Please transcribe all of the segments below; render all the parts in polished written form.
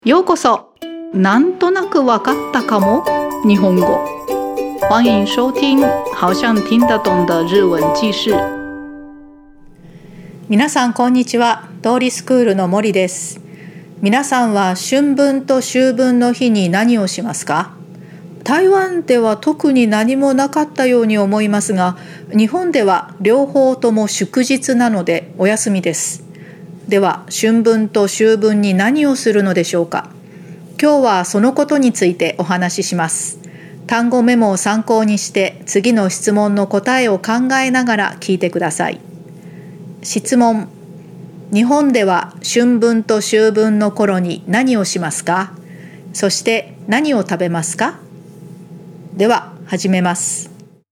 ようこそ。なんとなくわかったかも日本語。欢迎收听好像听得懂的日文記事。 皆さんこんにちは。通りスクールの森です。皆さんは春分と秋分の日に何をしますか？台湾では特に何もなかったように思いますが、日本では両方とも祝日なのでお休みです。では春分と秋分に何をするのでしょうか？今日はそのことについてお話しします。単語メモを参考にして次の質問の答えを考えながら聞いてください。質問。日本では春分と秋分の頃に何をしますか？そして何を食べますか？では始めます。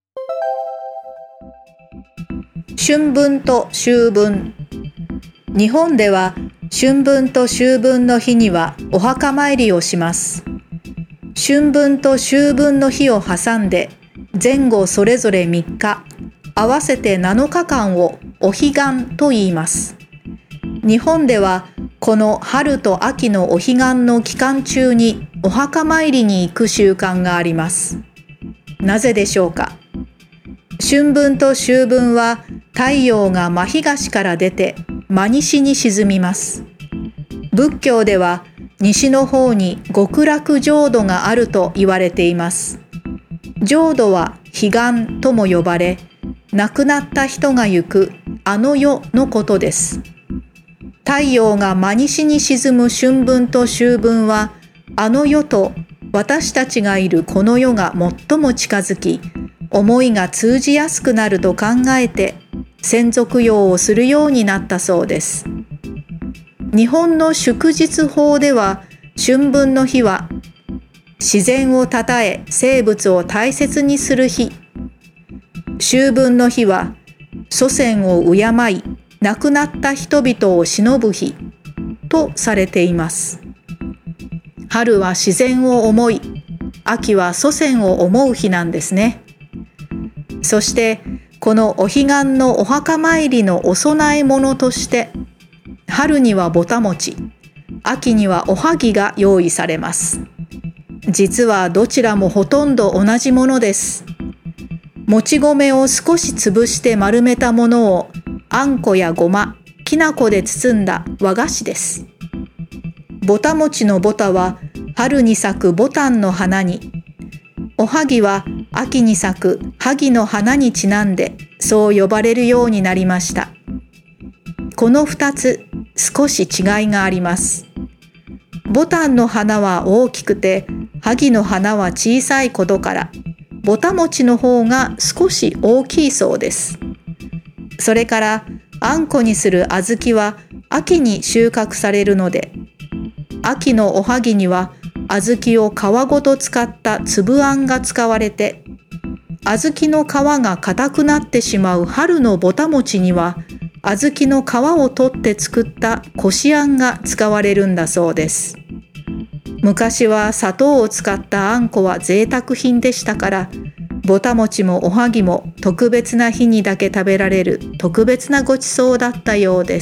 春分と秋分。日本では春分と秋分の日にはお墓参りをします。春分と秋分の日を挟んで前後それぞれ3日、合わせて7日間をお彼岸と言います。日本ではこの春と秋のお彼岸の期間中にお墓参りに行く習慣があります。なぜでしょうか？春分と秋分は太陽が真東から出て真西に沈みます。仏教では西の方に極楽浄土があると言われています。浄土は彼岸とも呼ばれ、亡くなった人が行くあの世のことです。太陽が真西に沈む春分と秋分は、あの世と私たちがいるこの世が最も近づき、思いが通じやすくなると考えて、先祖供養をするようになったそうです。日本の祝日法では、春分の日は自然をたたえ生物を大切にする日、秋分の日は祖先を敬い亡くなった人々を偲ぶ日とされています。春は自然を思い、秋は祖先を思う日なんですね。そしてこのお彼岸のお墓参りのお供え物として、春にはぼた餅、秋にはおはぎが用意されます。実はどちらもほとんど同じものです。もち米を少し潰して丸めたものをあんこやごま、きな粉で包んだ和菓子です。ぼた餅のぼたは春に咲くぼたんの花に、おはぎは秋に咲く萩の花にちなんでそう呼ばれるようになりました。この2つ少し違いがあります。ぼたんの花は大きくて萩の花は小さいことからぼた餅の方が少し大きいそうです。それからあんこにする小豆は秋に収穫されるので、秋のおはぎには小豆を皮ごと使った粒あんが使われて、小豆の皮が硬くなってしまう春のぼた餅には小豆の皮を取って作ったこしあんが使われるんだそうです。昔は砂糖を使ったあんこは贅沢品でしたから、ぼた餅もおはぎも特別な日にだけ食べられる特別なごちそうだったようです。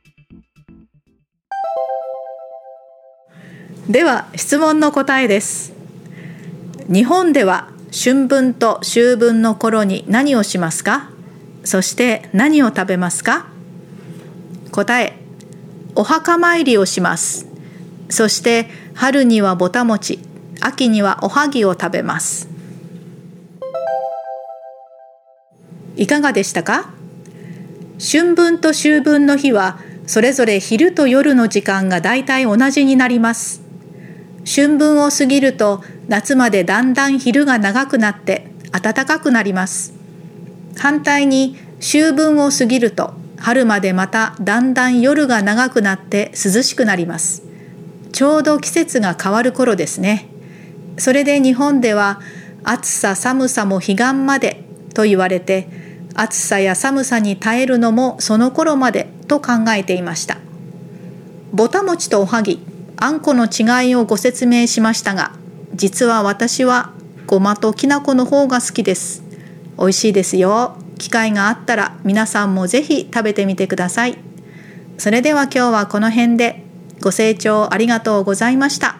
では質問の答えです。日本では春分と秋分の頃に何をしますか？そして何を食べますか？答え、お墓参りをします。そして春にはぼた餅、秋にはおはぎを食べます。いかがでしたか？春分と秋分の日はそれぞれ昼と夜の時間がだいたい同じになります。春分を過ぎると夏までだんだん昼が長くなって暖かくなります。反対に秋分を過ぎると春までまただんだん夜が長くなって涼しくなります。ちょうど季節が変わる頃ですね。それで日本では暑さ寒さも彼岸までと言われて、暑さや寒さに耐えるのもその頃までと考えていました。ぼた餅とおはぎ、あんこの違いをご説明しましたが、実は私はごまときな粉の方が好きです。美味しいですよ。機会があったら皆さんもぜひ食べてみてください。それでは今日はこの辺で。 ご清聴ありがとうございました。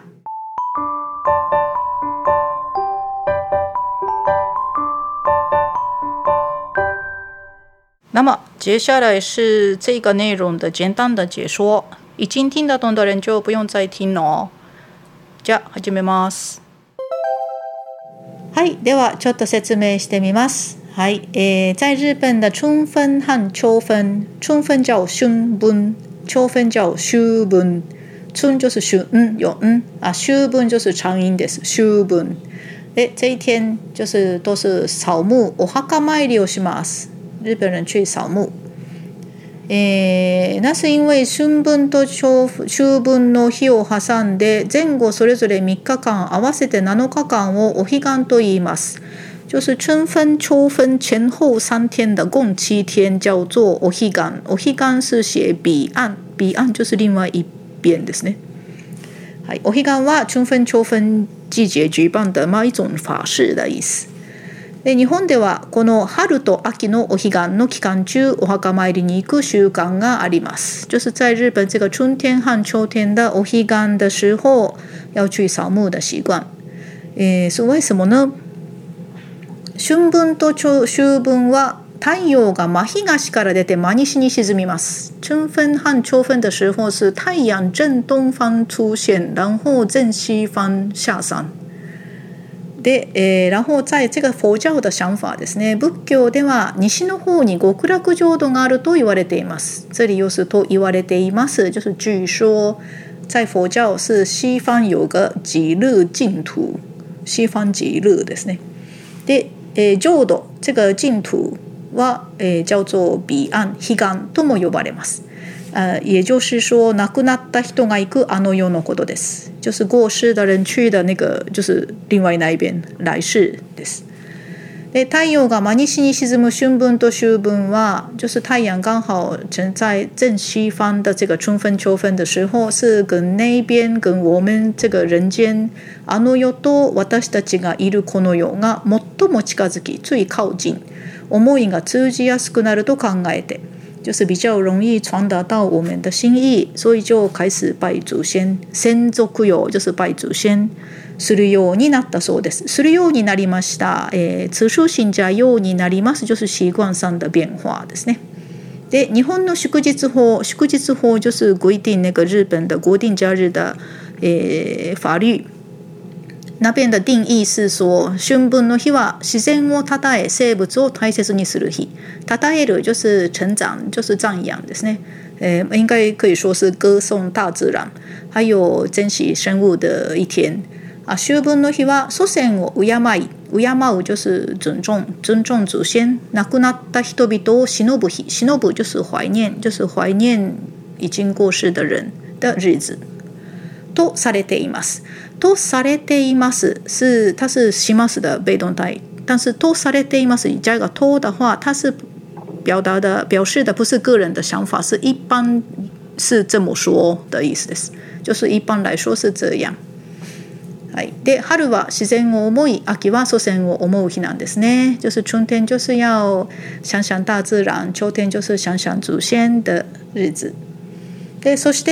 那么接下来是这个内容的简单的解说，已经听得懂的人就不用再听了哦。じゃあ始めます。 はい、ではちょっと説明してみます。はい、在日本的春分和秋分，春分叫春分，秋分叫秋分。春就是春有啊，秋分就是长音です。秋分。这一天就是都是扫墓，お墓参りをします。日本人去扫墓。那是因为春分と秋分の日を挟んで前後それぞれ3日間合わせて7日間をお彼岸と言います。就是春分秋分前後3天的共7天叫做お彼岸。お彼岸是写彼岸，彼岸就是另外一边ですね。はい、お彼岸は春分秋分季節举办的一种法事的意思。で日本ではこの春と秋のお彼岸の期間中お墓参りに行く習慣があります。就是在日本这个春天和秋天的お彼岸的时候要去扫墓的习惯。是为什么呢？春分と秋分は太陽が真東から出て真西に沈みます。春分和秋分的时候是太阳正东方出现，然后正西方下山。で、然后在这个佛教的想法ですね、仏教では西の方に極楽浄土があると言われています。这里又是と言われています，就是据说在佛教是西方有个极乐净土，西方极乐ですね。で、浄土这个净土は、叫做彼岸、彼岸とも呼ばれます。也就是说亡くなった人が行くあの世のことです。就是过世的人去的那个就是另外那一边来世です。で太陽が真西に沈む春分と秋分は就是太陽刚好在正西方的这个春分秋分的时候是跟那边跟我们这个人間あの世と私たちがいるこの世が最も近づき最靠近思いが通じやすくなると考えて就是比较容易传达到我们的心意，所以就开始拜祖先，先祖供就是拜祖先するようになったそうです。するようになりました。自主信者ようになります就是習慣上的变化ですね。で日本の祝日法就是规定那个日本的国定假日的法律。那边的定義是说春分の日は自然を称え生物を大切にする日。称える就是成长，就是赞扬ですね。应该可以说是歌颂大自然，还有珍惜生物的一天。秋分の日は祖先を敬い、敬う就是尊重祖先。亡くなった人々を偲ぶ日，偲ぶ就是怀念，就是怀念已经过世的人的日子。とされています。とされています是它是します的被动态，但是とされています加一个と的话，它是表示的不是个人的想法，是一般是这么说的意思です。就是一般来说是这样。はい、で春は自然を思い、秋は祖先を思う日なんですね。就是春天就是要想想大自然，秋天就是想想祖先的日子。でそして、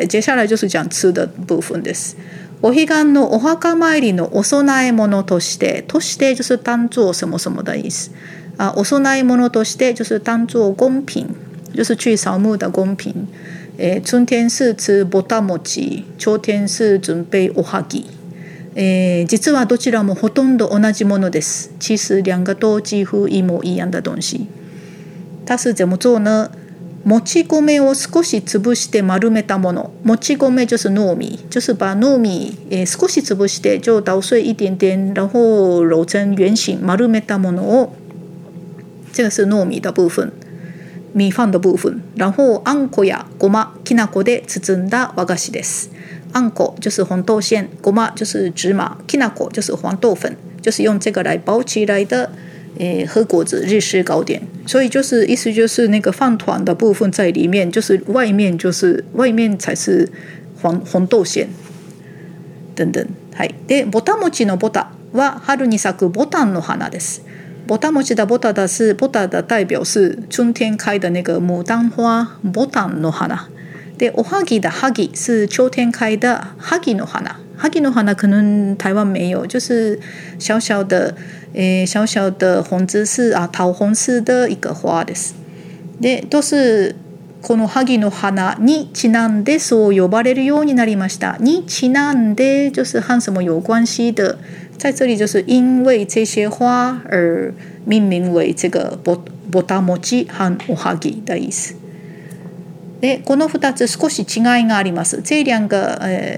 接下来就是讲吃的部分です。お彼岸のお墓参りのお供え物として就是当做什么什么的意思。お供え物として就是当做贡品，就是去扫墓的贡品。春天是吃ぼた餅，秋天是準備おはぎ。実はどちらもほとんど同じものです。其实两个都几乎一模一样的东西。它是怎么做呢？もち米を少し潰して丸めたもの。もち米就是糯米，就是把糯米少し潰して就捣碎一点点，然后揉成圆形，丸めたものを，这个是糯米的部分，米饭的部分。然后あんこやごま、きなこで包んだ和菓子です。あんこ就是红豆馅，ごま就是芝麻，きなこ就是黄豆粉，就是用这个来包起来的。和果子日式糕点，所以就是意思就是那个饭团的部分在里面，就是外面才是红豆馅等等。はい。でぼた餅のぼたは春に咲くぼたんの花です。ぼた餅的ぼた的代表是春天开的那个牡丹花，ぼたんの花。 でおはぎ的哈ぎ是秋天开的哈ぎの花，哈ぎの花可能台湾没有，就是小小的红紫色桃红色的一个花です。で都是この哈ぎの花にちなんでそう呼ばれるようになりました。にちなんで就是和什么有关系的，在这里就是因为这些花而命名为这个ぼたもち和おはぎ的意思。でこの2つ少し違いがあります。这两个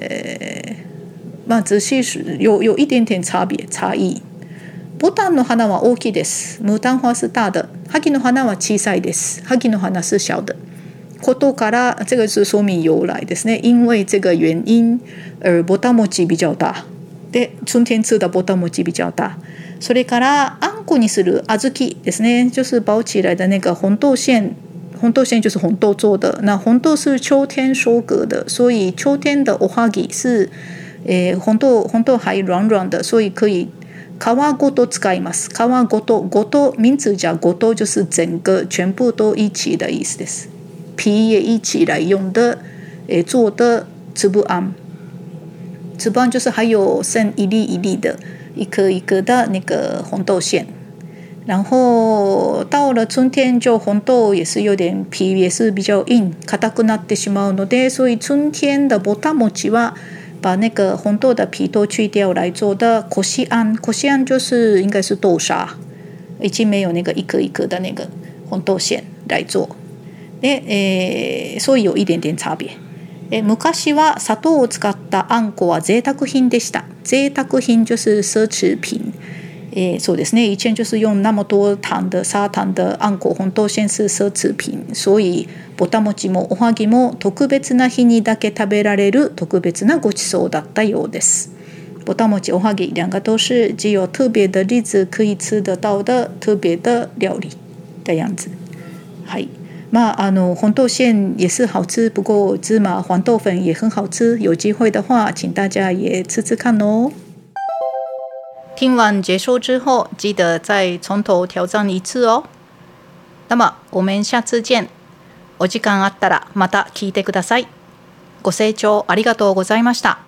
仔细有一点点差異。ボタンの花は大きいです。牡丹花是大的。哈ぎの花は小さいです。哈ぎの花是小的。ことから这个是说明由来ですね。因为这个原因而ぼたもち比较大。で春天吃的ぼたもち比较大。それからあんこにする小豆ですね，就是包起来的那个红豆馅。红豆馅就是红豆做的，那红豆是秋天收割的，所以秋天的おはぎ是红豆还软软的，所以可以皮ごと使います。皮ごと名字叫ごと，就是整个全部都一起的意思です。皮也一起来用的做的つぶあん，つぶあん就是还有剩一粒一粒的一颗一颗的那个红豆馅。然后到了春天就红豆也是有点皮也是比较硬硬くなってしまうので，所以春天的ぼたもちは把那个红豆的皮都去掉来做的こしあん。こしあん就是应该是豆沙，已经没有那个一颗一颗的那个红豆馅来做。所以有一点点差别。昔は砂糖を使ったあんこは贅沢品でした。贅沢品就是奢侈品。そうですね，以前就是用那么多糖的砂糖的あんこ红豆馅是奢侈品，所以ぼたもちもおはぎも特別な日にだけ食べられる特別なごちそうだったようです。ぼたもちおはぎ两个都是只有特别的日子可以吃得到的特别的料理的样子。はい。红豆馅也是好吃，不过芝麻黄豆粉也很好吃，有机会的话请大家也吃吃看哦。 听完结束之后，记得再从头挑战一次哦。那么我们下次见。お時間あったらまた聞いてください。ご清聴ありがとうございました。